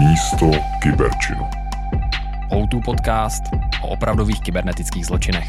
Místo kyberčinu. O2 podcast o opravdových kybernetických zločinech.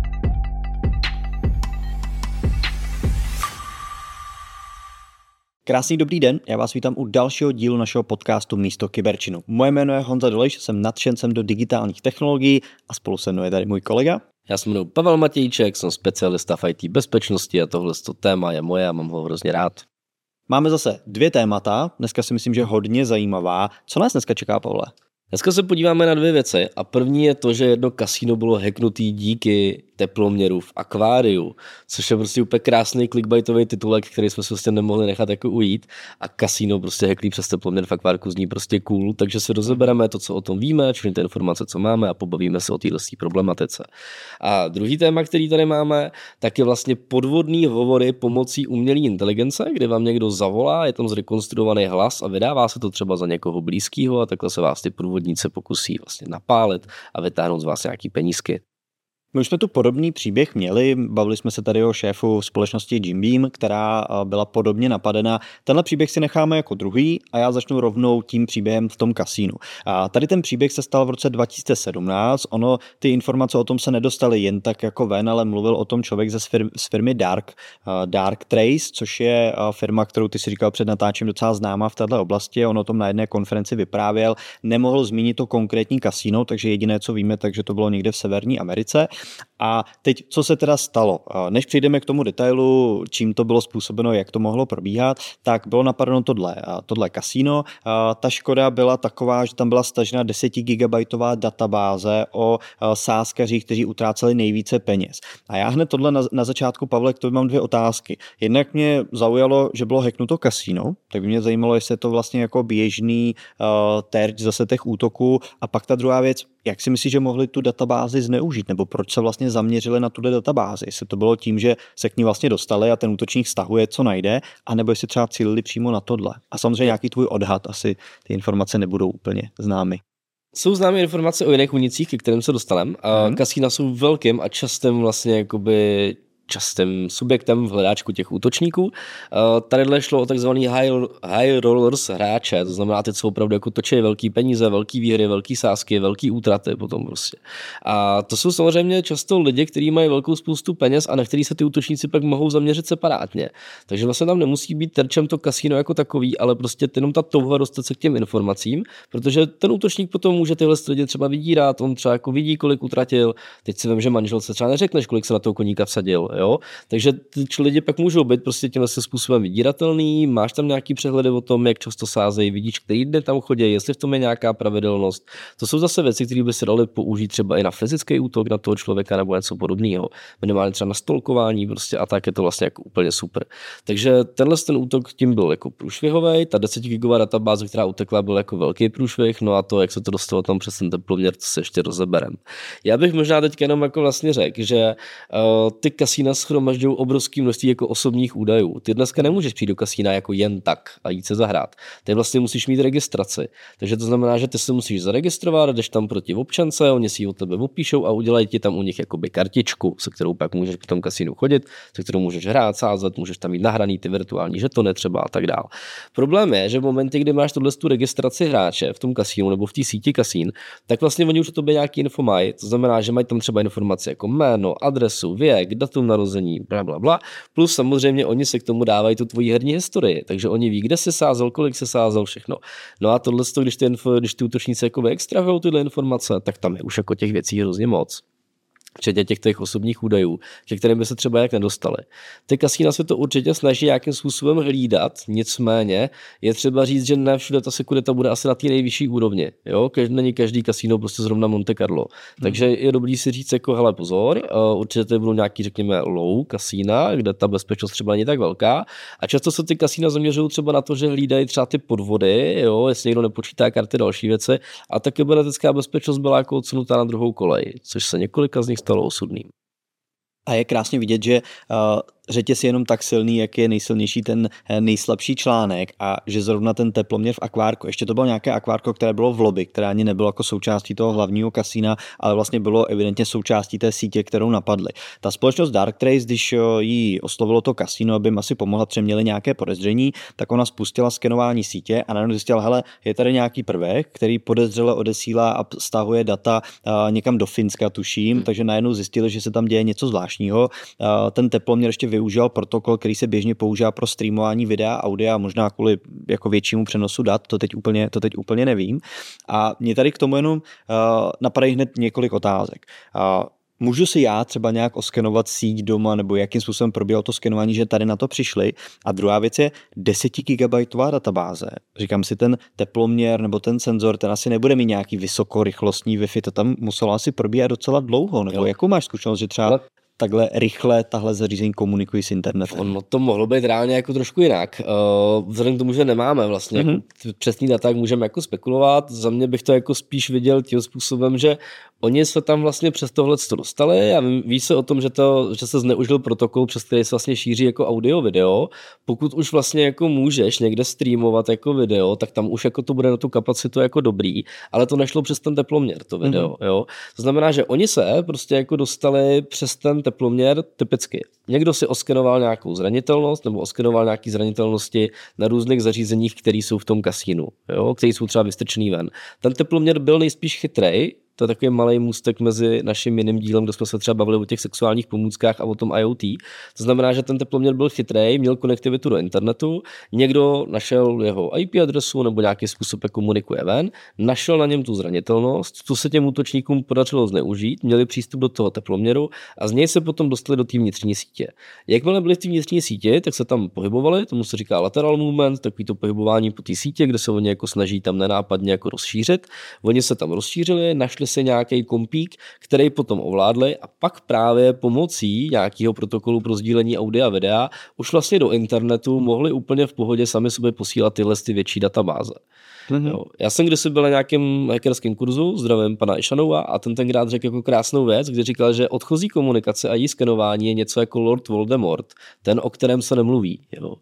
Krásný dobrý den, já vás vítám u dalšího dílu našeho podcastu Místo kyberčinu. Moje jméno je Honza Dolejš, jsem nadšencem do digitálních technologií a spolu se mnou je tady můj kolega. Já se jmenuji Pavel Matějček, jsem specialista v IT bezpečnosti a tohle téma je moje a mám ho hrozně rád. Máme zase 2 témata, dneska si myslím, že hodně zajímavá. Co nás dneska čeká, Pavle? Dneska se podíváme na 2 věci a první je to, že jedno kasino bylo hacknutý díky teploměru v akváriu, což je prostě úplně krásný clickbaitový titulek, který jsme si prostě nemohli nechat jako ujít a kasino prostě hacklý přes teploměr v akvárku zní prostě cool, takže si rozebereme to, co o tom víme, všechny ty informace, co máme a pobavíme se o této problematice. A druhý téma, který tady máme, tak je vlastně podvodný hovory pomocí umělé inteligence, kde vám někdo zavolá, je tam zrekonstruovaný hlas a vydává se to třeba za někoho blízkého a takhle se vás ty podvodníci pokusí vlastně napálit a vytáhnout z vás nějaký penízky. My už jsme tu podobný příběh měli, bavili jsme se tady o šéfu společnosti Jim Beam, která byla podobně napadena. Tenhle příběh si necháme jako druhý a já začnu rovnou tím příběhem v tom kasínu. A tady ten příběh se stal v roce 2017, ty informace o tom se nedostaly jen tak jako ven, ale mluvil o tom člověk z firmy Dark Trace, což je firma, kterou ty si říkal před natáčením, docela známá v této oblasti. On o tom na jedné konferenci vyprávěl, nemohl zmínit to konkrétní kasíno, takže jediné, co víme, takže to bylo někde v Severní Americe. A teď, co se teda stalo? Než přejdeme k tomu detailu, čím to bylo způsobeno, jak to mohlo probíhat, tak bylo napadeno tohle kasíno. Ta škoda byla taková, že tam byla stažena 10 GB databáze o sázkařích, kteří utráceli nejvíce peněz. A já hned tohle na začátku, Pavle, k tomu mám 2 otázky. Jednak mě zaujalo, že bylo hacknuto kasíno, tak by mě zajímalo, jestli je to vlastně jako běžný terč zase těch útoků. A pak ta druhá věc, jak si myslíš, že mohli tu databázi zneužít, nebo proč se vlastně zaměřili na tuhle databázi? Jestli to bylo tím, že se k ní vlastně dostali a ten útočník stahuje, co najde, anebo jestli třeba cílili přímo na tohle. A samozřejmě nějaký tvůj odhad, asi ty informace nebudou úplně známy. Jsou známé informace o jiných unicích, ke kterým se dostaneme. Kasína jsou velkým a častým subjektem v hledáčku těch útočníků. Tadyhle šlo o takzvaný high rollers hráče, to znamená ty, co opravdu jako točí velký peníze, velký výhry, velký sázky, velký útraty potom prostě. A to jsou samozřejmě často lidi, kteří mají velkou spoustu peněz a na který se ty útočníci pak mohou zaměřit separátně. Takže vlastně tam nemusí být terčem to kasíno jako takový, ale prostě jenom ta touha dostat se k těm informacím, protože ten útočník potom může tyhle lidi třeba vydírat, on třeba jako vidí, kolik utratil. Teď si vím, že manželce třeba neřekneš, kolik se na toho koníka vsadil. Jo? Takže ty lidi pak můžou být prostě tímhle způsobem vydíratelný, máš tam nějaký přehledy o tom, jak často sázejí, vidíš, který dny tam chodí, jestli v tom je nějaká pravidelnost. To jsou zase věci, které by se daly použít třeba i na fyzický útok na toho člověka nebo něco podobného. Minimálně třeba na stalkování prostě a tak je to vlastně jako úplně super. Takže ten útok tím byl jako průšvihový, ta 10 GB databáze, která utekla, byl jako velký průšvih, no a to, jak se to dostalo tam přes ten teploměr, to se ještě rozeberem. Já bych možná teď jenom jako vlastně řekl, že ty kasína shromažďují obrovské množství jako osobních údajů. Ty dneska nemůžeš přijít do kasína jako jen tak a jít se zahrát. Ty vlastně musíš mít registraci. Takže to znamená, že ty se musíš zaregistrovat, jdeš tam proti občance, oni si ji od tebe opíšou a udělají ti tam u nich jakoby kartičku, se kterou pak můžeš po tom kasínu chodit, se kterou můžeš hrát, sázet, můžeš tam mít nahraný ty virtuální žetony třeba a tak dál. Problém je, že v momentě, kdy máš tu registraci hráče v tom kasínu nebo v té síti kasín, tak vlastně oni už o tobě nějaký info mají. To znamená, že mají tam třeba informace jako jméno, adresu, věk, datum narození, bla. Plus samozřejmě oni se k tomu dávají tu tvoji herní historii, takže oni ví, kde se sázel, kolik se sázel, všechno. No a tohle, když ty útočníci jako extrahují tyhle informace, tak tam je už jako těch věcí hrozně moc. Včetně těch osobních údajů, ke kterým by se třeba jak nedostali. Ty kasína se to určitě snaží nějakým způsobem hlídat, nicméně je třeba říct, že ne všude ta sekurita bude asi na té nejvyšší úrovni. Jo? Není každý kasíno prostě zrovna Monte Carlo. Takže je dobrý si říct jako hele pozor, určitě to budou nějaký řekněme low kasína, kde ta bezpečnost třeba není tak velká a často se ty kasína zaměřují třeba na to, že hlídají třeba ty podvody, jo? Jestli někdo nepočítá karty, další věci a ta kybernetická bezpečnost byla jako odsunutá na druhou kolej, což se několika z nich stalo osudným. A je krásně vidět, že řetěz je jenom tak silný, jak je nejsilnější ten nejslabší článek a že zrovna ten teploměr v akvárku, ještě to bylo nějaké akvárko, které bylo v lobby, které ani nebylo jako součástí toho hlavního kasína, ale vlastně bylo evidentně součástí té sítě, kterou napadli. Ta společnost Darktrace, když jí oslovilo to kasíno, aby jim asi pomohla, třeba měli nějaké podezření, tak ona spustila skenování sítě a najednou zjistila, hele, je tady nějaký prvek, který podezřele odesílá a stahuje data někam do Finska, tuším, takže najednou zjistili, že se tam děje něco zvláštního. Ten teploměr ještě využil protokol, který se běžně používá pro streamování videa, audia, možná kvůli jako většímu přenosu dat, to teď úplně nevím. A mě tady k tomu jenom napadají hned několik otázek. Můžu si já třeba nějak oskenovat síť doma, nebo jakým způsobem probíhalo to skenování, že tady na to přišli? A druhá věc je 10 GB databáze. Říkám si, ten teploměr nebo ten senzor, ten asi nebude mít nějaký vysokorychlostní Wi-Fi, to tam muselo asi probíhat docela dlouho, nebo jakou máš zkušenost, že třeba takhle rychle tahle zařízení komunikují s internetem? Ono to mohlo být reálně jako trošku jinak. Vzhledem k tomu, že nemáme vlastně jako přesný data, tak můžeme jako spekulovat. Za mě bych to jako spíš viděl tím způsobem, že oni se tam vlastně přes tohle dostali a ví se o tom, že se zneužil protokol, přes který se vlastně šíří jako audio, video. Pokud už vlastně jako můžeš někde streamovat jako video, tak tam už jako to bude na tu kapacitu jako dobrý, ale to nešlo přes ten teploměr, to video, jo. To znamená, že oni se prostě jako dostali přes ten teploměr typicky. Někdo si oskenoval nějakou zranitelnost nebo oskenoval nějaké zranitelnosti na různých zařízeních, které jsou v tom kasínu, jo, které jsou třeba vystrčený ven. Ten teploměr byl nejspíš chytrej. To je takový malý můstek mezi naším jiným dílem, kde jsme se třeba bavili o těch sexuálních pomůckách a o tom IoT. To znamená, že ten teploměr byl chytrý, měl konektivitu do internetu, někdo našel jeho IP adresu nebo nějaký způsob, jak komunikuje ven, našel na něm tu zranitelnost, co se těm útočníkům podařilo zneužít, měli přístup do toho teploměru a z něj se potom dostali do té vnitřní sítě. Jakmile byli v té vnitřní sítě, tak se tam pohybovali, tomu se říká lateral movement, takový to pohybování po té sítě, kde se oni jako snaží tam nenápadně jako rozšířit. Oni se tam rozšířili, našli si nějaký kompík, který potom ovládli a pak právě pomocí nějakého protokolu pro sdílení audia a videa už vlastně do internetu mohli úplně v pohodě sami sobě posílat tyhle větší databáze. Jo. Já jsem kdysi byl na nějakém hackerském kurzu, zdravím pana Išanova, a ten tenkrát řekl jako krásnou věc, kdy říkal, že odchozí komunikace a její skenování je něco jako Lord Voldemort, ten, o kterém se nemluví. Jo.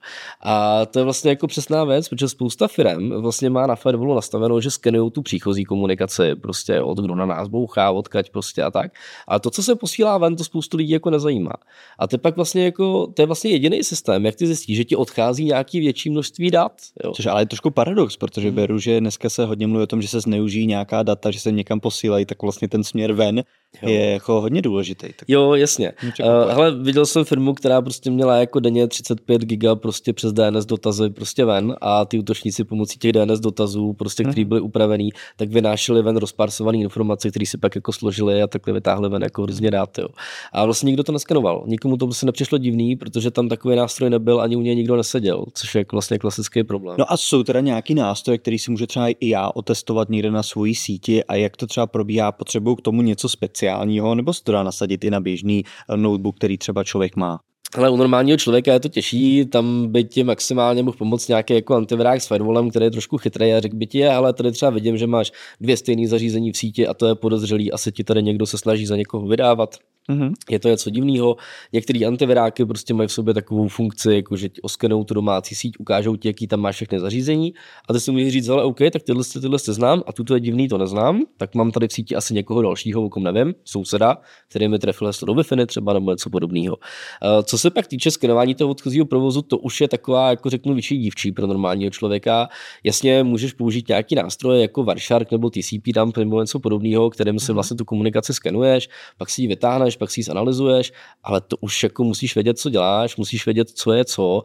A to je vlastně jako přesná věc, protože spousta firem vlastně má na firewallu nastaveno, že skenují tu příchozí komunikaci, prostě od kdo na nás bouchá, odkaď prostě a tak. A to, co se posílá ven, to spoustu lidí jako nezajímá. A to pak vlastně jako, to je vlastně jediný systém, jak ty zjistíš, že ti odchází nějaký větší množství dat. Jo. Což ale je trošku paradox, protože beru, že dneska se hodně mluví o tom, že se zneužijí nějaká data, že se někam posílají, tak vlastně ten směr ven je jako hodně důležitý. Tak... Jo, jasně. Hele, viděl jsem firmu, která prostě měla jako denně 35 giga prostě přes DNS dotazy prostě ven a ty útočníci pomocí těch DNS dotazů, prostě, který byly upravený, tak vynášeli ven rozparsované informace, které si pak jako složili a takhle vytáhli ven jako hrozně rád. Jo. A vlastně nikdo to neskenoval. Nikomu to se nepřišlo divný, protože tam takový nástroj nebyl, ani u něj nikdo neseděl, což je jako vlastně klasický problém. No a jsou teda nějaký nástroje, který si může třeba i já otestovat někde na svojí síti a jak to třeba probíhá, potřebuju k tomu něco speciálního, nebo se to dá nasadit i na běžný notebook, který třeba člověk má? Ale u normálního člověka je to těžší, tam by ti maximálně mohl pomoct nějaký jako antivirák s firewallem, který je trošku chytrý a řekl by ti, ale tady třeba vidím, že máš 2 stejné zařízení v síti a to je podezřelý, asi ti tady někdo se snaží za někoho vydávat. Je to něco divného. Některé antiviráky prostě mají v sobě takovou funkci, jako že ti oskenou tu domácí síť, ukážou ti, jaký tam máš všechny zařízení a ty si můžeš říct, ale OK, tak tyhle znám a tuto je divný, to neznám, tak mám tady v síti asi někoho dalšího, o kom nevím, souseda, který mi trefil do Wi-Fi třeba nebo něco podobného. Co se pak týče skenování toho odchozího provozu, to už je taková, jako řeknu, vyšší dívčí pro normálního člověka. Jasně, můžeš použít nějaký nástroje jako Wireshark nebo TCP dump nebo něco podobného, kterým si vlastně tu komunikaci skenuješ, pak si ji vytáhneš, pak si ji analyzuješ, ale to už jako musíš vědět, co děláš, musíš vědět, co je co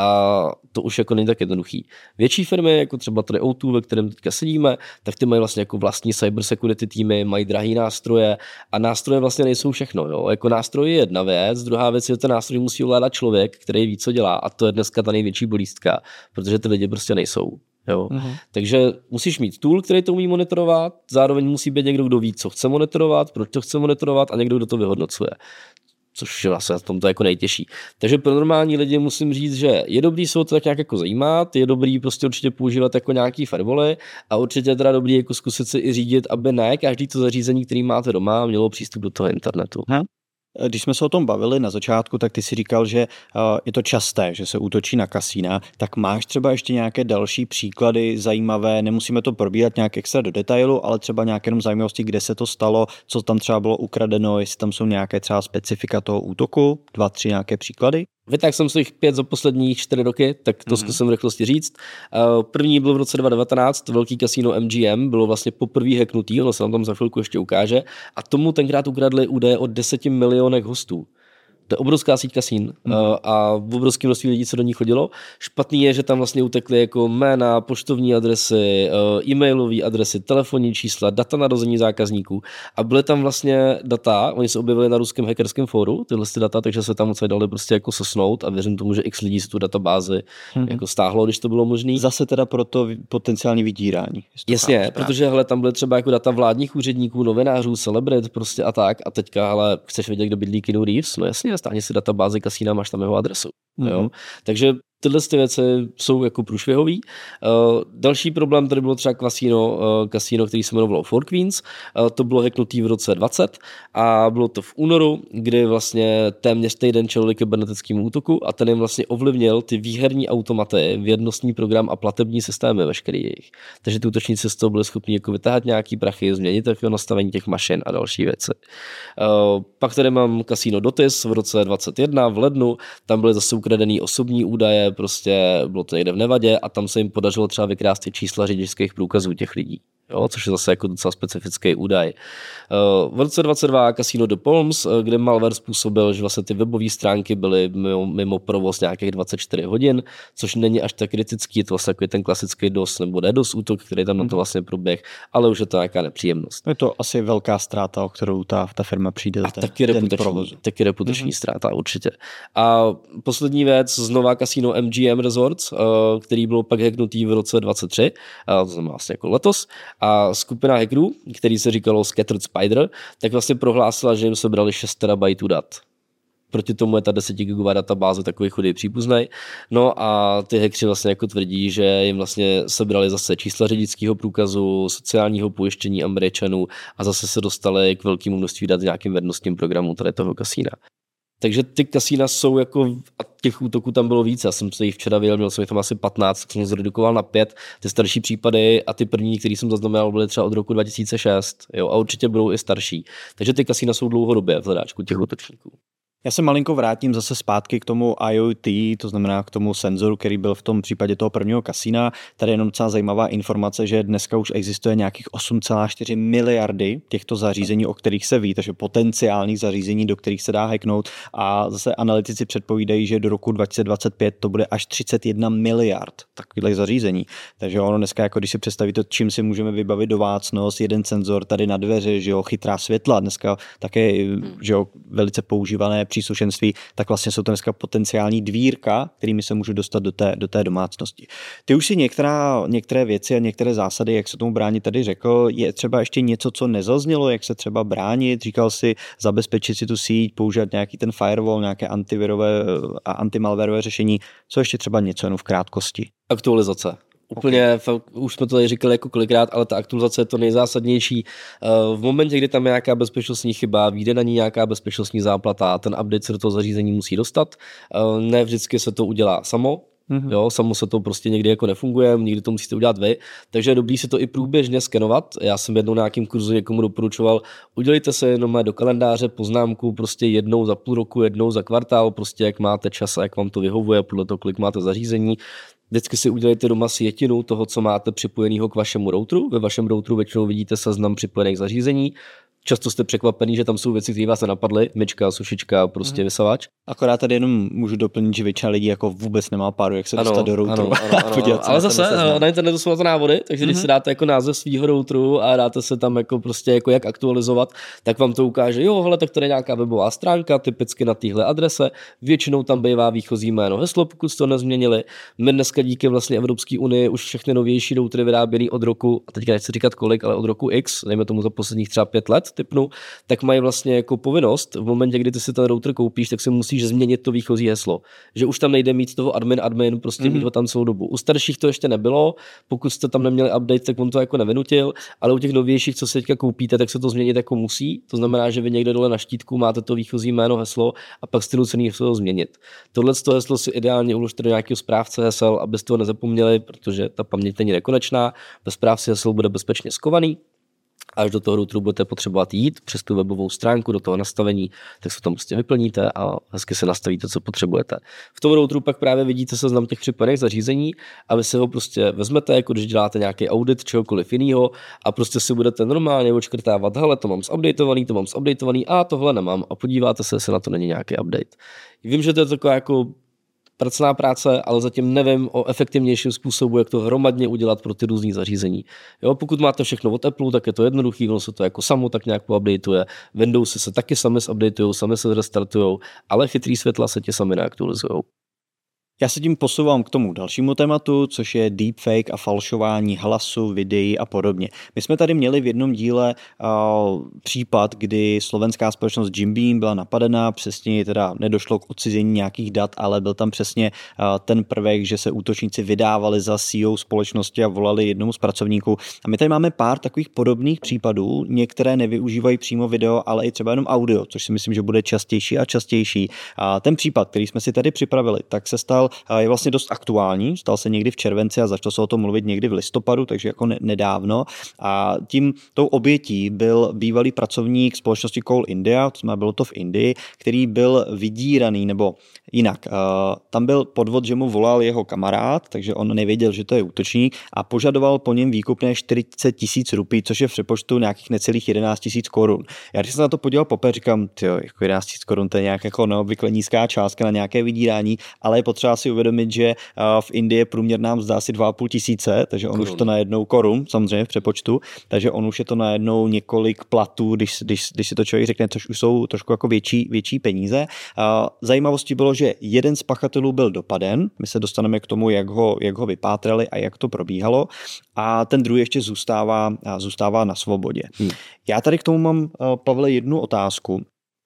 a to už jako není tak jednoduchý. Větší firmy, jako třeba tady O2, ve kterém teďka sedíme, tak ty mají vlastně jako vlastní cyber security týmy, mají drahý nástroje a nástroje vlastně nejsou všechno. Jo? Jako nástroj je jedna věc, druhá věc je, že ten nástroj musí ovládat člověk, který ví, co dělá a to je dneska ta největší bolístka, protože ty lidi prostě nejsou. Jo. Takže musíš mít tool, který to umí monitorovat, zároveň musí být někdo, kdo ví, co chce monitorovat, proč to chce monitorovat a někdo, kdo to vyhodnocuje. Což je vlastně v tomto jako nejtěžší. Takže pro normální lidi musím říct, že je dobrý se o to tak nějak jako zajímat, je dobrý prostě určitě používat jako nějaký firewally a určitě je teda dobrý jako zkusit si i řídit, aby ne každý to zařízení, který máte doma, mělo přístup do toho internetu. Když jsme se o tom bavili na začátku, tak ty si říkal, že je to časté, že se útočí na kasína, tak máš třeba ještě nějaké další příklady zajímavé, nemusíme to probírat nějak extra do detailu, ale třeba nějaké jenom zajímavosti, kde se to stalo, co tam třeba bylo ukradeno, jestli tam jsou nějaké třeba specifika toho útoku, 2, 3 nějaké příklady? Vytáhl jsem si jich 5 za poslední 4 roky, tak to zkusím v rychlosti říct. První byl v roce 2019, velký kasíno MGM, bylo vlastně poprvé hacknutý, ono se nám tam za chvilku ještě ukáže, a tomu tenkrát ukradli údaje o 10 milionech hostů. To je obrovská síť kasín a obrovské množství lidí, co do ní chodilo. Špatný je, že tam vlastně utekly jako jména, poštovní adresy, e-mailové adresy, telefonní čísla, data narození zákazníků a byly tam vlastně data, oni se objevili na ruském hackerském fóru, tyhle data, takže se tam moc dali prostě jako sosnout a věřím tomu, že x lidí si tu databázi jako stáhlo, když to bylo možné. Zase teda pro to potenciální vydírání. Jasně, protože hele, tam byly třeba jako data vládních úředníků, novinářů, celebrit prostě a tak a teďka, ale chceš vědět, kdo bydlí Keanu Reeves? No jasně, stáhni si databázi kasína, máš tam jeho adresu. Jo? Takže tyhle věci jsou jako průšvihový. Další problém tady bylo třeba kasíno, který se jmenovalo Four Queens. To bylo hacknutý v roce 20 a bylo to v únoru, kdy vlastně téměř týden čelili kybernetickému útoku a ten jim vlastně ovlivnil ty výherní automaty, vědnostní program a platební systémy veškerý jejich. Takže ty útočníci z toho byli schopni jako vytáhat nějaký prachy, změnit nastavení těch mašin a další věci. Pak tady mám kasíno Dotis v roce 21 v lednu, tam byly zase ukradený osobní údaje, prostě bylo to někde v Nevadě a tam se jim podařilo třeba vykrást čísla řidičských průkazů těch lidí. Jo, což je zase jako docela specifický údaj. V roce 22 kasíno The Palms, kde malware způsobil, že vlastně ty webové stránky byly mimo provoz nějakých 24 hodin, což není až tak kritický, je to vlastně takový ten klasický DOS nebo DDoS útok, který tam na to vlastně proběh, ale už je to nějaká nepříjemnost. Je to asi velká ztráta, o kterou ta firma přijde. A taky reputační ztráta určitě. A poslední věc, znova kasíno MGM Resorts, který byl pak hacknutý v roce 23, to znamená vlastně jako letos, a skupina hackerů, který se říkalo Scattered Spider, tak vlastně prohlásila, že jim sebrali 6 terabajtů dat. Proti tomu je ta 10 gigová databáze takový chudý příbuznej. No a ty hackři vlastně jako tvrdí, že jim vlastně sebrali zase čísla řidičského průkazu, sociálního pojištění Američanů a zase se dostali k velkému množství dat v nějakým vědnostním programu tady toho kasína. Takže ty kasína jsou jako, a těch útoků tam bylo víc, já jsem se jich včera viděl, měl jsem jich tam asi 15, tak jsem zredukoval na 5, ty starší případy a ty první, který jsem zaznamenal, byly třeba od roku 2006, jo, a určitě budou i starší. Takže ty kasína jsou dlouhodobě v hledáčku těch útočníků. Já se malinko vrátím zase zpátky k tomu IoT, to znamená k tomu senzoru, který byl v tom případě toho prvního kasína. Tady je jenom docela zajímavá informace, že dneska už existuje nějakých 8,4 miliardy těchto zařízení, o kterých se ví, takže potenciálních zařízení, do kterých se dá hacknout. A zase analytici předpovídají, že do roku 2025 to bude až 31 miliard takových zařízení. Takže ono dneska, jako když si představíte, čím si můžeme vybavit domácnost, jeden senzor tady na dveře, že jo, chytrá světla, dneska také, že jo, velice používané příslušenství, tak vlastně jsou to dneska potenciální dvírka, kterými se můžu dostat do té domácnosti. Ty už si některé věci a některé zásady, jak se tomu bránit, tady řekl, je třeba ještě něco, co nezaznělo, jak se třeba bránit, říkal si zabezpečit si tu síť, používat nějaký ten firewall, nějaké antivirové a antimalwareové řešení, co ještě třeba něco jenom v krátkosti. Aktualizace. Úplně, už jsme to tady říkali jako kolikrát, ale ta aktualizace je to nejzásadnější. V momentě, kdy tam je nějaká bezpečnostní chyba, vyjde na ní nějaká bezpečnostní záplata, ten update se do toho zařízení musí dostat. Ne vždycky se to udělá samo. Jo, samo se to prostě někdy jako nefunguje, někdy to musíte udělat vy, takže je dobrý si to i průběžně skenovat. Já jsem jednou na nějakým kurzu někomu doporučoval, udělejte se jenom do kalendáře poznámku prostě jednou za půl roku, jednou za kvartál, prostě jak máte čas a jak vám to vyhovuje, podle toho, kolik máte zařízení. Vždycky si udělejte doma sjetinu toho, co máte připojeného k vašemu routeru. Ve vašem routeru většinou vidíte seznam připojených zařízení. Často jste překvapený, že tam jsou věci, které vás nenapadly, myčka, sušička, prostě vysavač. Akorát tady jenom můžu doplnit, že většina lidí jako vůbec nemá páru, jak se dostat do routeru. Ano. Ale zase na internetu jsou na to návody, takže když si dáte jako název svýho routeru a dáte se tam jako prostě jako jak aktualizovat, tak vám to ukáže, jo, hele, tak tady je nějaká webová stránka, typicky na téhle adrese, většinou tam bývá výchozí jméno, heslo, pokud to nezměnili. My dneska díky vlastně Evropské unii už všechny novější routery vyráběný od roku, a teďka nechci říkat kolik, ale od roku X, dejme tomu za posledních třeba 5 let, typnu, tak mají vlastně jako povinnost, v momentě, kdy ty si ten router koupíš, tak si musíš změnit to výchozí heslo. Že už tam nejde mít toho admin, prostě mít ho tam celou dobu. U starších to ještě nebylo, pokud jste tam neměli update, tak on to jako nevynutil, ale u těch novějších, co si teďka koupíte, tak se to změnit jako musí. To znamená, že vy někde dole na štítku máte to výchozí jméno, heslo a pak jste nucený to změnit. Tohle heslo si ideálně uložte do nějakého správce hesel, abyste ho nezapomněli, protože ta paměť není nekonečná. Ve správci hesel bude bezpečně skovaný. Až do toho routeru budete potřebovat jít přes tu webovou stránku do toho nastavení, tak se tam prostě vyplníte a hezky se nastavíte, co potřebujete. V tom routeru pak právě vidíte seznam těch připojených zařízení a vy si ho prostě vezmete, jako když děláte nějaký audit čehokoliv jiného a prostě si budete normálně odškrtávat, hele, to mám zupdateovaný a tohle nemám a podíváte se, jestli na to není nějaký update. Vím, že to je taková jako pracná práce, ale zatím nevím o efektivnějším způsobu, jak to hromadně udělat pro ty různý zařízení. Jo, pokud máte všechno od Apple, tak je to jednoduchý, ono se to jako samo tak nějak poupdateuje. Windowsy se taky sami zupdatujou, sami se restartujou, ale chytrý světla se ti sami neaktualizujou. Já se tím posouvám k tomu dalšímu tématu, což je deepfake a falšování hlasu, videí a podobně. My jsme tady měli v jednom díle případ, kdy slovenská společnost Jim Beam byla napadena, přesně teda nedošlo k odcizení nějakých dat, ale byl tam přesně ten prvek, že se útočníci vydávali za CEO společnosti a volali jednomu z pracovníků. A my tady máme pár takových podobných případů, některé nevyužívají přímo video, ale i třeba jenom audio, což si myslím, že bude častější a častější. A ten případ, který jsme si tady připravili, tak se stal, je vlastně dost aktuální, stal se někdy v červenci a začalo se o tom mluvit někdy v listopadu, takže jako nedávno. A tou obětí byl bývalý pracovník společnosti Coal India, bylo to v Indii, který byl vydíraný, nebo jinak. Tam byl podvod, že mu volal jeho kamarád, takže on nevěděl, že to je útočník a požadoval po něm výkupné 40 000 rupí, což je v přepočtu nějakých necelých 11 000 korun. Já když jsem se na to podíval poprvé, říkám, jako 11 000 korun, to je nějak jako neobvykle nízká částka na nějaké vydírání, ale je potřeba si uvědomit, že v Indii je průměrná mzda asi 2 500, takže on už to najednou korun, samozřejmě v přepočtu, takže on už je to najednou několik platů, když si to člověk řekne, což už jsou trošku jako větší peníze. Zajímavostí bylo, že jeden z pachatelů byl dopaden, my se dostaneme k tomu, jak ho vypátrali a jak to probíhalo, a ten druhý ještě zůstává na svobodě. Já tady k tomu mám, Pavle, jednu otázku.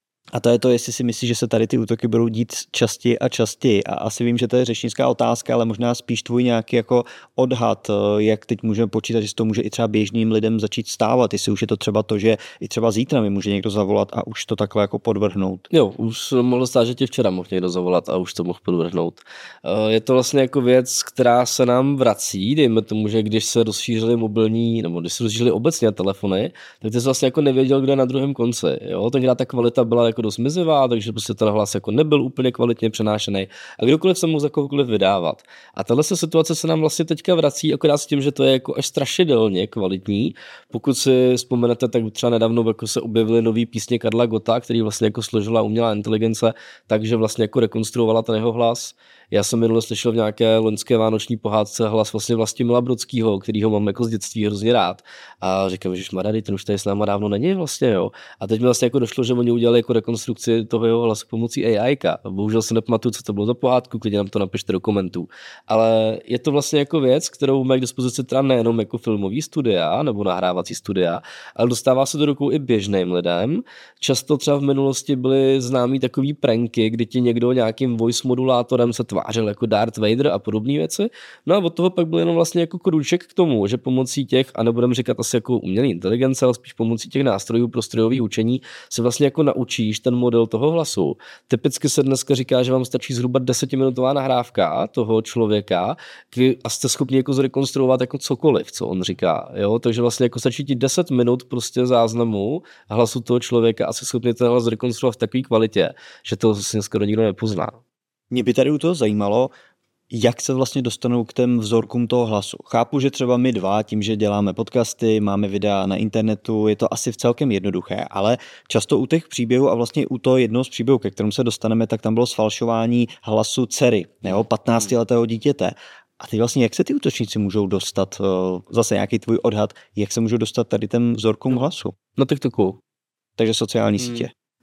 A to je to, jestli si myslíš, že se tady ty útoky budou dít častěji a častěji. A asi vím, že to je řečnická otázka, ale možná spíš tvůj nějaký jako odhad, jak teď můžeme počítat, že se to může i třeba běžným lidem začít stávat. Jestli už je to třeba to, že i třeba zítra mi může někdo zavolat a už to takhle jako podvrhnout. Jo, už mohlo stát, že ti včera mohl někdo zavolat a už to mohl podvrhnout. Je to vlastně jako věc, která se nám vrací, dejme tomu, že když se rozšířily mobilní, nebo když se rozšířily obecně telefony, tak ty jsi vlastně jako nevěděl, kdo je na druhém konci. Jo, tenkrát ta kvalita byla jako dost mizivá, takže prostě ten hlas jako nebyl úplně kvalitně přenášený a kdokoliv se mohl za kohokoliv vydávat. A tahle situace se nám vlastně teďka vrací, akorát s tím, že to je jako až strašidelně kvalitní. Pokud si vzpomenete, tak třeba nedávno jako se objevily nový písně Karla Gotta, který vlastně jako složila umělá inteligence, takže vlastně jako rekonstruovala ten jeho hlas. Já jsem minule slyšel v nějaké loňské vánoční pohádce hlas vlastně Vlastimila Brodskýho, kterýho mám jako z dětství hrozně rád. A říkám, že Marady, ten už tady s náma dávno není vlastně, jo. A teď mi vlastně jako došlo, že oni udělali jako rekonstrukci toho jeho hlasu pomocí AI-ka. Bohužel se nepamatuju, co to bylo za pohádku, klidně nám to napište do komentů. Ale je to vlastně jako věc, kterou mají k dispozici teda nejenom jako filmový studia nebo nahrávací studia, ale dostává se do rukou i běžným lidem. Často třeba v minulosti byly známý takový pranky, kdy ti někdo nějakým voice modulátorem se tvářil jako Darth Vader a podobné věci. No a od toho pak byl jenom vlastně jako krůček k tomu, že pomocí těch, a nebudeme říkat asi jako umělé inteligence, ale spíš pomocí těch nástrojů pro strojové učení se vlastně jako naučíš ten model toho hlasu. Typicky se dneska říká, že vám stačí zhruba 10minutová nahrávka toho člověka a jste schopni jako zrekonstruovat jako cokoliv, co on říká. Jo? Takže vlastně jako stačí ti 10 minut prostě záznamu hlasu toho člověka a jste schopni ten hlas zrekonstruovat v takové kvalitě, že to vlastně skoro nikdo nepozná. Mě by tady u toho zajímalo, jak se vlastně dostanou k těm vzorkům toho hlasu. Chápu, že třeba my dva, tím, že děláme podcasty, máme videa na internetu, je to asi v celkem jednoduché, ale často u těch příběhů a vlastně u toho jednoho z příběhů, ke kterému se dostaneme, tak tam bylo sfalšování hlasu dcery, 15letého dítěte. A teď vlastně, jak se ty útočníci můžou dostat, zase nějaký tvůj odhad, jak se můžou dostat tady těm vzorkům hlasu? Na TikToku. Takže sociální sítě.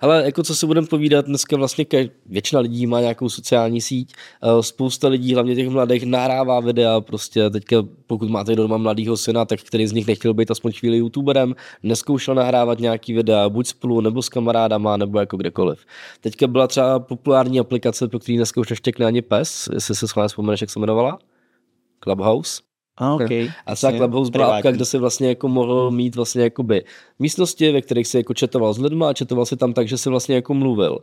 Hele, jako co si budeme povídat, dneska vlastně většina lidí má nějakou sociální síť, spousta lidí, hlavně těch mladých, nahrává videa, prostě teďka pokud máte doma mladýho syna, tak který z nich nechtěl být aspoň chvíli youtuberem, neskoušel nahrávat nějaký videa, buď spolu, nebo s kamarádama, nebo jako kdekoliv. Teďka byla třeba populární aplikace, pro který dneska už neštěkne ani pes, jestli se schválně vzpomeneš, jak se jmenovala? Clubhouse. Okay. A třeba Clubhouse byla apka, kde si vlastně jako mohl mít vlastně jakoby místnosti, ve kterých si jako chatoval s lidma a chatoval si tam tak, že si vlastně jako mluvil.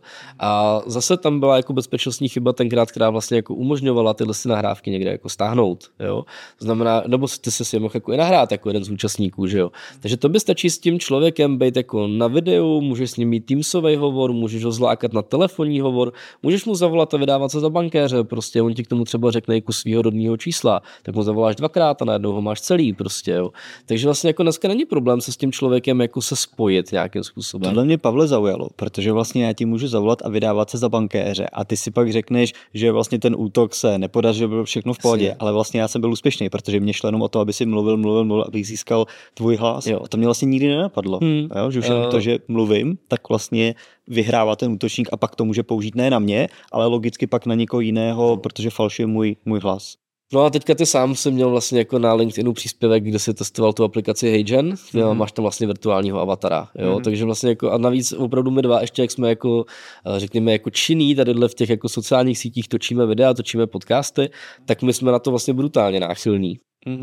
A zase tam byla jako bezpečnostní chyba tenkrát, která vlastně jako umožňovala tyhle si nahrávky někde jako stáhnout, jo. To znamená, nebo ty si mohl jako i nahrát jako jeden z účastníků, že jo. Takže to by stačí s tím člověkem být jako na videu, můžeš s ním mít Teamsový hovor, můžeš ho zlákat na telefonní hovor, můžeš mu zavolat a vydávat se za bankéře, prostě on ti k tomu třeba řekne jako svýho rodného čísla, tak mu zavoláš dvakrát a najednou ho máš celý prostě, jo. Takže vlastně jako dneska není problém se s tím člověkem jako se spojit nějakým způsobem. Tohle mě, Pavle, zaujalo, protože vlastně já ti můžu zavolat a vydávat se za bankéře a ty si pak řekneš, že vlastně ten útok se nepodařil, bylo všechno v pohodě, ale vlastně já jsem byl úspěšný, protože mě šlo jenom o to, aby si mluvil, abych získal tvůj hlas. Jo. A to mě vlastně nikdy nenapadlo, jo? Že už jenom to, že mluvím, tak vlastně vyhrává ten útočník a pak to může použít ne na mě, ale logicky pak na někoho jiného, protože falšuje můj hlas. No a teďka ty sám si měl vlastně jako na LinkedInu příspěvek, kde si testoval tu aplikaci HeyGen, máš tam vlastně virtuálního avatara, jo, takže vlastně jako a navíc opravdu my dva ještě jak jsme jako řekněme jako činní tadyhle v těch jako sociálních sítích točíme videa, točíme podcasty, tak my jsme na to vlastně brutálně náchylní.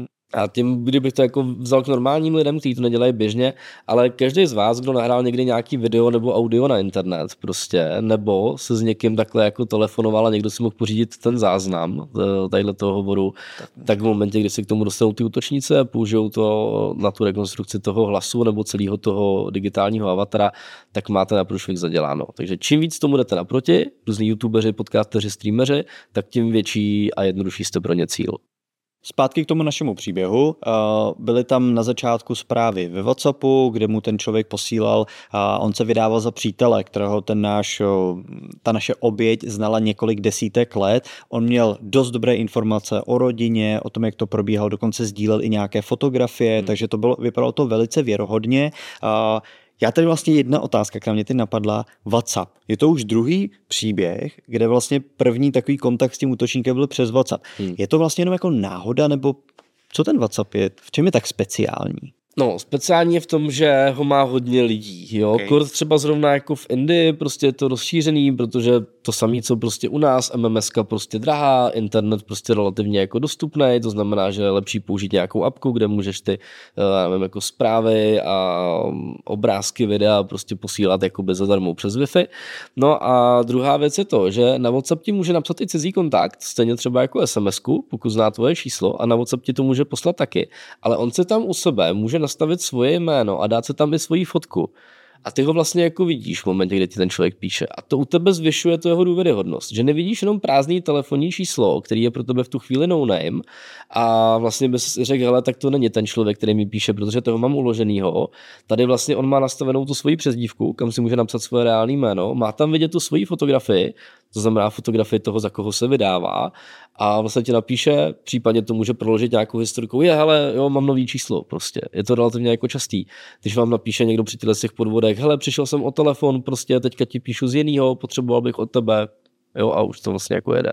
A tím, kdybych to jako vzal k normálním lidem, kteří to nedělají běžně, ale každý z vás, kdo nahrál někdy nějaký video nebo audio na internet prostě, nebo se s někým takhle jako telefonoval a někdo si mohl pořídit ten záznam tadyhle toho hovoru, tak v momentě, kdy se k tomu dostanou ty útočníci a použijou to na tu rekonstrukci toho hlasu nebo celého toho digitálního avatara, tak máte na průšvih zaděláno. Takže čím víc tomu jdete naproti, různí youtubeři, podcasteři, streameři, tak tím větší a jednodušší jste pro ně cíl. Zpátky k tomu našemu příběhu. Byly tam na začátku zprávy ve WhatsAppu, kde mu ten člověk posílal a on se vydával za přítele, kterého ta naše oběť znala několik desítek let. On měl dost dobré informace o rodině, o tom, jak to probíhalo, dokonce sdílel i nějaké fotografie, takže vypadalo to velice věrohodně. Já tady vlastně jedna otázka, která mě teď napadla, WhatsApp. Je to už druhý příběh, kde vlastně první takový kontakt s tím útočníkem byl přes WhatsApp. Je to vlastně jenom jako náhoda, nebo co ten WhatsApp je? V čem je tak speciální? No, speciální je v tom, že ho má hodně lidí, jo. Okay. Kurt třeba zrovna jako v Indii, prostě je to rozšířený, protože to samé, co prostě u nás, MMSka prostě drahá, internet prostě relativně jako dostupný, to znamená, že je lepší použít nějakou apku, kde můžeš ty, nevím, jako zprávy a obrázky, videa prostě posílat jako bez zadarmo přes Wi-Fi. No a druhá věc je to, že na WhatsApp ti může napsat i cizí kontakt, stejně třeba jako SMS-ku, pokud zná tvoje číslo, a na WhatsApp ti to může poslat taky, ale on se tam u sebe může nastavit svoje jméno a dát se tam i svoji fotku. A ty ho vlastně jako vidíš v momentě, kdy ti ten člověk píše. A to u tebe zvyšuje to jeho důvěryhodnost. Že nevidíš jenom prázdný telefonní číslo, který je pro tebe v tu chvíli no name a vlastně bys řekl, hele, tak to není ten člověk, který mi píše, protože toho mám uloženýho. Tady vlastně on má nastavenou tu svoji přezdívku, kam si může napsat svoje reálné jméno, má tam vidět tu svoji fotografii, to znamená fotografii toho, za koho se vydává, a vlastně ti napíše, případně to může proložit nějakou historikou, hele, jo, mám nový číslo, prostě. Je to relativně jako častý. Když vám napíše někdo při těch podvodech, hele, přišel jsem o telefon, prostě teďka ti píšu z jinýho, potřeboval bych od tebe, jo, a už to vlastně jako jede.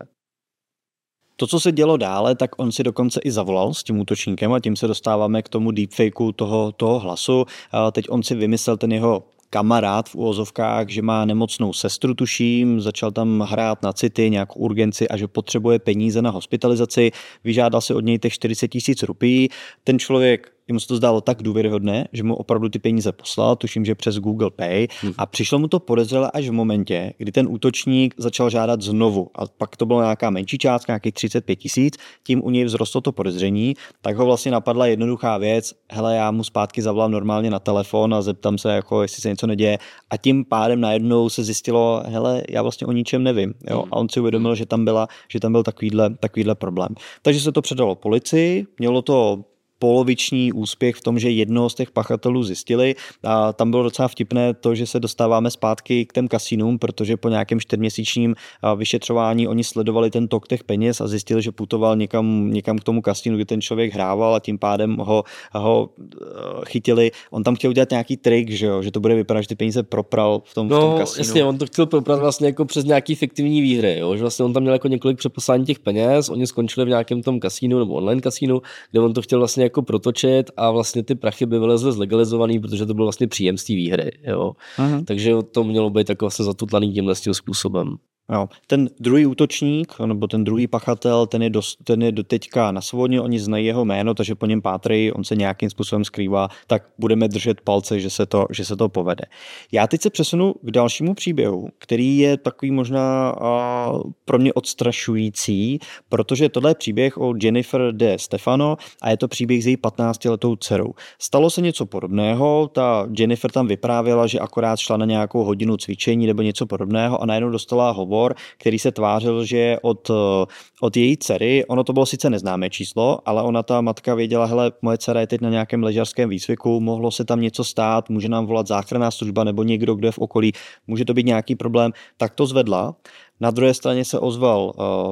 To, co se dělo dále, tak on si dokonce i zavolal s tím útočníkem a tím se dostáváme k tomu deepfakeu toho hlasu. Teď on si vymyslel ten jeho kamarád v uvozovkách, že má nemocnou sestru, tuším, začal tam hrát na city, nějakou urgenci a že potřebuje peníze na hospitalizaci, vyžádal si od něj těch 40 000 rupí. Ten člověk, jemu se to zdálo tak důvěryhodné, že mu opravdu ty peníze poslal, tuším, že přes Google Pay, a přišlo mu to podezřelé až v momentě, kdy ten útočník začal žádat znovu a pak to byla nějaká menší částka, nějakých 35 000, tím u něj vzrostlo to podezření, tak ho vlastně napadla jednoduchá věc, hele, já mu zpátky zavolám normálně na telefon a zeptám se, jako jestli se něco neděje, a tím pádem najednou se zjistilo, hele, já vlastně o ničem nevím, jo? A on si uvědomil, že tam byl takovýhle problém. Takže se to předalo policii, mělo to poloviční úspěch v tom, že jednoho z těch pachatelů zjistili. A tam bylo docela vtipné to, že se dostáváme zpátky k těm kasinům, protože po nějakém 4měsíčním vyšetřování oni sledovali ten tok těch peněz a zjistili, že putoval někam k tomu kasínu, kde ten člověk hrával a tím pádem ho chytili. On tam chtěl udělat nějaký trik, že to bude vypadat, že ty peníze propral v tom kasínu. Jasně, on to chtěl proprat vlastně jako přes nějaký fiktivní výhry, jo? Že vlastně on tam měl jako několik přeposlání těch peněz, oni skončili v nějakém tom kasínu nebo online kasínu, kde on to chtěl vlastně jako protočit a vlastně ty prachy by vylezly zlegalizovaný, protože to byl vlastně příjem z té výhry, jo. Takže to mělo být jako vlastně zatutlaný tímhle tím způsobem. Jo. Ten druhý útočník, nebo ten druhý pachatel, ten je doteďka na svobodě, oni znají jeho jméno, takže po něm pátrají, on se nějakým způsobem skrývá, tak budeme držet palce, že se to povede. Já teď se přesunu k dalšímu příběhu, který je takový možná pro mě odstrašující, protože tohle je příběh o Jennifer De Stefano a je to příběh s její 15letou dcerou. Stalo se něco podobného, ta Jennifer tam vyprávěla, že akorát šla na nějakou hodinu cvičení nebo něco podobného a najednou dostala hovor, který se tvářil, že je od její dcery. Ono to bylo sice neznámé číslo, ale ona ta matka věděla, hele, moje dcera je teď na nějakém lyžařském výcviku, mohlo se tam něco stát, může nám volat záchranná služba nebo někdo, kdo je v okolí, může to být nějaký problém, tak to zvedla. Na druhé straně se ozval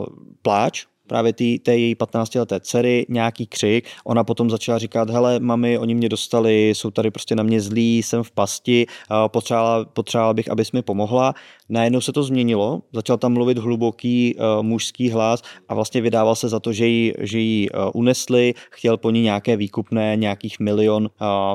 pláč, právě té její 15leté dcery, nějaký křik, ona potom začala říkat, hele mami, oni mě dostali, jsou tady prostě na mě zlí, jsem v pasti, potřebovala bych, abys mi pomohla. Najednou se to změnilo, začal tam mluvit hluboký mužský hlas a vlastně vydával se za to, že ji unesli, chtěl po ní nějaké výkupné, nějakých milion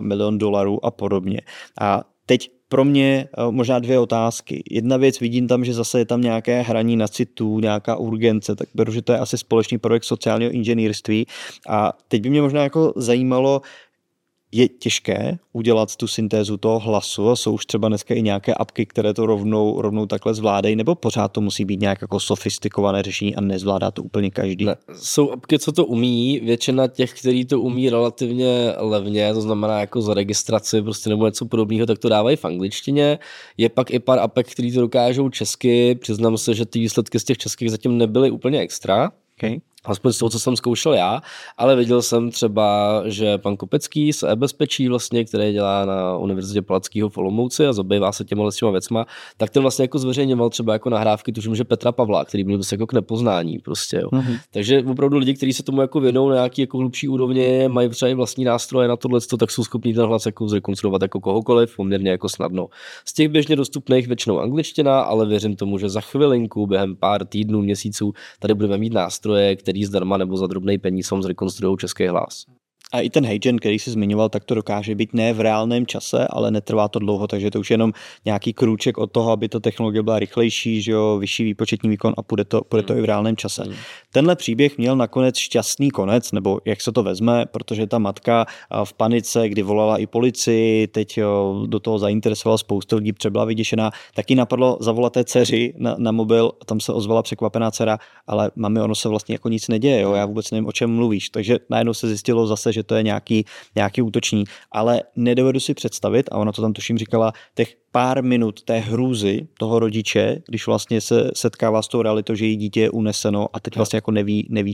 dolarů a podobně. A teď pro mě možná dvě otázky. Jedna věc, vidím tam, že zase je tam nějaké hraní na citu, nějaká urgence, tak beru, že to je asi společný projekt sociálního inženýrství. A teď by mě možná jako zajímalo, je těžké udělat tu syntézu toho hlasu, jsou už třeba dneska i nějaké apky, které to rovnou takhle zvládají, nebo pořád to musí být nějak jako sofistikované řešení a nezvládá to úplně každý? Ne, jsou apky, co to umí, většina těch, který to umí relativně levně, to znamená jako za registraci prostě nebo něco podobného, tak to dávají v angličtině. Je pak i pár apek, který to dokážou česky, přiznám se, že ty výsledky z těch českých zatím nebyly úplně extra. Okay. Aspoň z toho, co jsem zkoušel já, ale viděl jsem třeba, že pan Kopecký z e-bezpečí vlastně, který dělá na Univerzitě Palackého v Olomouci a zabývá se těma věcma, tak ten vlastně jako zveřejňoval třeba jako nahrávky, tuším, že Petra Pavla, který byl prostě jako k nepoznání prostě, jo. Takže opravdu lidi, kteří se tomu jako věnou na nějaký jako hlubší úrovni, mají třeba i vlastní nástroje na tohleto, tak jsou schopní ten hlas jako zrekonstruovat jako kohokoliv poměrně jako snadno. Z těch běžně dostupných většinou angličtina, ale věřím tomu, že za chvilinku během pár týdnů, měsíců tady budeme mít nástroje, který zdarma nebo za drobnej peníz vám zrekonstruují český hlas. A i ten HeyGen, který jsi zmiňoval, tak to dokáže být ne v reálném čase, ale netrvá to dlouho, takže to už je jenom nějaký krůček od toho, aby ta technologie byla rychlejší, že jo, vyšší výpočetní výkon a půjde to i v reálném čase. Tenhle příběh měl nakonec šťastný konec, nebo jak se to vezme, protože ta matka v panice, kdy volala i policii, teď do toho zainteresovala spoustu lidí, třeba byla vyděšená, taky napadlo zavolat té dceři na mobil, tam se ozvala překvapená dcera, ale mami, ono se vlastně jako nic neděje, jo, já vůbec nevím, o čem mluvíš, takže najednou se zjistilo zase, že to je nějaký útočník, ale nedovedu si představit, a ona to tam tuším říkala, těch pár minut té hrůzy toho rodiče, když vlastně se setkává s tou realitou, že její dítě je uneseno a teď vlastně jako neví,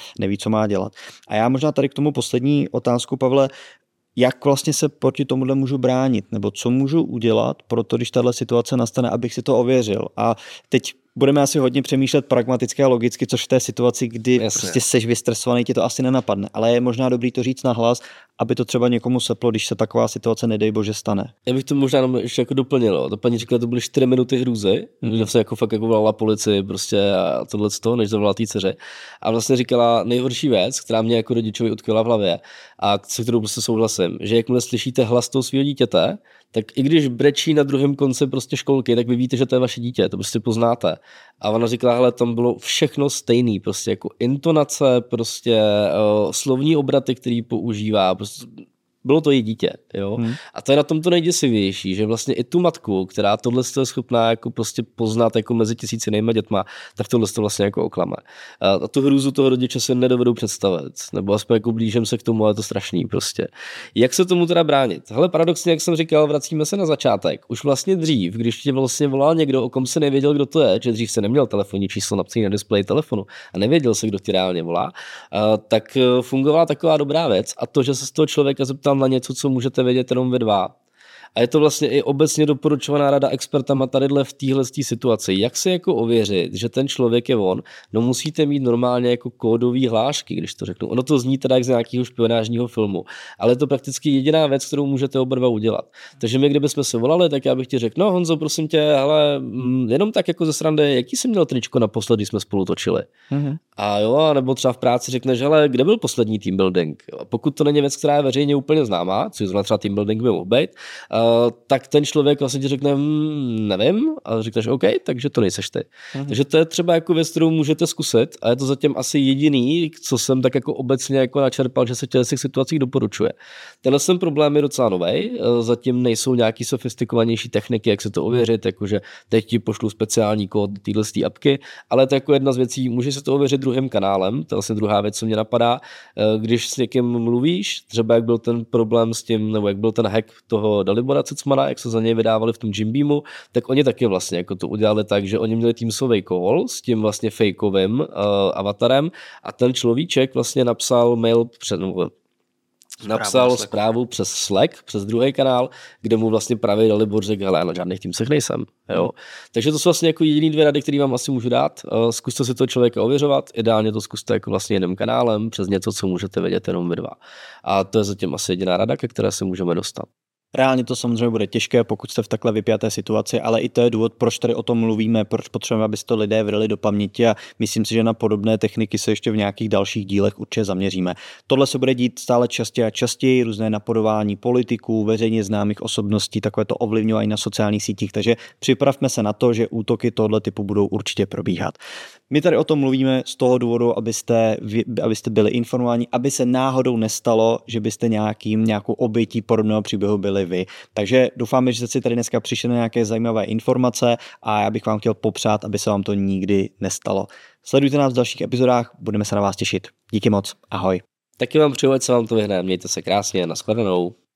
co má dělat. A já možná tady k tomu poslední otázku, Pavle, jak vlastně se proti tomuhle můžu bránit, nebo co můžu udělat pro to, když tahle situace nastane, abych si to ověřil. A teď budeme asi hodně přemýšlet pragmaticky a logicky, což v té situaci, kdy prostě seš vystresovaný, tě to asi nenapadne. Ale je možná dobrý to říct nahlas, aby to třeba někomu seplo, když se taková situace, nedej bože, stane. Já bych to možná ještě jako doplnil. To paní říkala, to byly 4 minuty hrůzy, že se jako fakt jako volala policii prostě a tohle z toho, než zavolala té dceře. A vlastně říkala nejhorší věc, která mě jako rodičovi utkvěla v hlavě a se kterou prostě souhlasím, že jakmile slyšíte hlas toho svého dítěte, tak i když brečí na druhém konci prostě školky, tak vy víte, že to je vaše dítě, to prostě poznáte. A ona říkala, hele, tam bylo všechno stejný, prostě jako intonace, prostě slovní obraty, který používá, prostě bylo to její dítě, jo. A to je na tom to nejděsivější, že vlastně i tu matku, která tohle je schopná jako prostě poznat jako mezi tisíci jinýma dětma, tak tohle to vlastně jako oklame. A tu hrůzu toho rodiče si nedovedu představit, nebo aspoň jako blížím se k tomu, ale je to strašný prostě. Jak se tomu teda bránit? Hele, paradoxně, jak jsem říkal, vracíme se na začátek. Už vlastně dřív, když tě vlastně volal někdo, o kom se nevěděl, kdo to je, že dřív se neměl telefonní číslo napsané na displeji telefonu a nevěděl se, kdo ti reálně volá, tak fungovala taková dobrá věc a to, že se z toho člověka zeptal na něco, co můžete vědět jenom vy dva. A je to vlastně i obecně doporučovaná rada expertama tadyhle v téhle situaci. Jak se jako ověřit, že ten člověk je on? No musíte mít normálně jako kódový hlášky, když to řeknu. Ono to zní teda jak z nějakého špionážního filmu, ale je to prakticky jediná věc, kterou můžete oba dva udělat. Takže my, kdybychom se volali, tak já bych ti řekl, no Honzo, prosím tě, hele, jenom tak jako ze srandy, jaký jsi měl tričko naposled, když jsme spolu točili? A jo, nebo třeba v práci řekneš, hele, kde byl poslední team building? A pokud to není věc, která je veřejně úplně známá, což zrovna třeba team building by mohl být, tak ten člověk vlastně ti řekne, nevím, a řekneš OK, takže to nejseš ty. Takže to je třeba jako věc, kterou můžete zkusit a je to zatím asi jediný, co jsem tak jako obecně jako načerpal, že se v těch situacích doporučuje. Tenhle jsem problém je docela novej, zatím nejsou nějaký sofistikovanější techniky, jak se to ověřit, jakože teď ti pošlu speciální kód téhle apky, ale to je jako jedna z věcí, můžeš se to ověřit druhým kanálem, to je vlastně druhá věc, co mě napadá, když s někým mluvíš, třeba jak byl ten problém s tím, nebo jak byl ten hack toho Dalibora Cicmana, jak se za něj vydávali v tom Jim Beamu, tak oni taky vlastně jako to udělali tak, že oni měli teamsový call s tím vlastně fakeovým avatarem a ten človíček vlastně napsal mail zprávu přes Slack, přes druhý kanál, kde mu vlastně pravý Dalibor řekl, hele, na žádných týmsech nejsem. Jo. Takže to jsou vlastně jako jediný dvě rady, které vám asi můžu dát. Zkuste si toho člověka ověřovat, ideálně to zkuste jako vlastně jiným kanálem, přes něco, co můžete vědět jenom vy dva. A to je zatím asi jediná rada, ke které se můžeme dostat. Reálně to samozřejmě bude těžké, pokud jste v takhle vypjaté situaci, ale i to je důvod, proč tady o tom mluvíme, proč potřebujeme, aby to lidé vrili do paměti a myslím si, že na podobné techniky se ještě v nějakých dalších dílech určitě zaměříme. Tohle se bude dít stále častěji a častěji, různé napodování politiků, veřejně známých osobností, takové to ovlivňování na sociálních sítích, takže připravme se na to, že útoky tohle typu budou určitě probíhat. My tady o tom mluvíme z toho důvodu, abyste byli informováni, aby se náhodou nestalo, že byste nějakou obětí podobného příběhu byli vy. Takže doufáme, že jste si tady dneska přišli na nějaké zajímavé informace a já bych vám chtěl popřát, aby se vám to nikdy nestalo. Sledujte nás v dalších epizodách, budeme se na vás těšit. Díky moc, ahoj. Taky vám přeju, ať se vám to vyhne, mějte se krásně, nashledanou.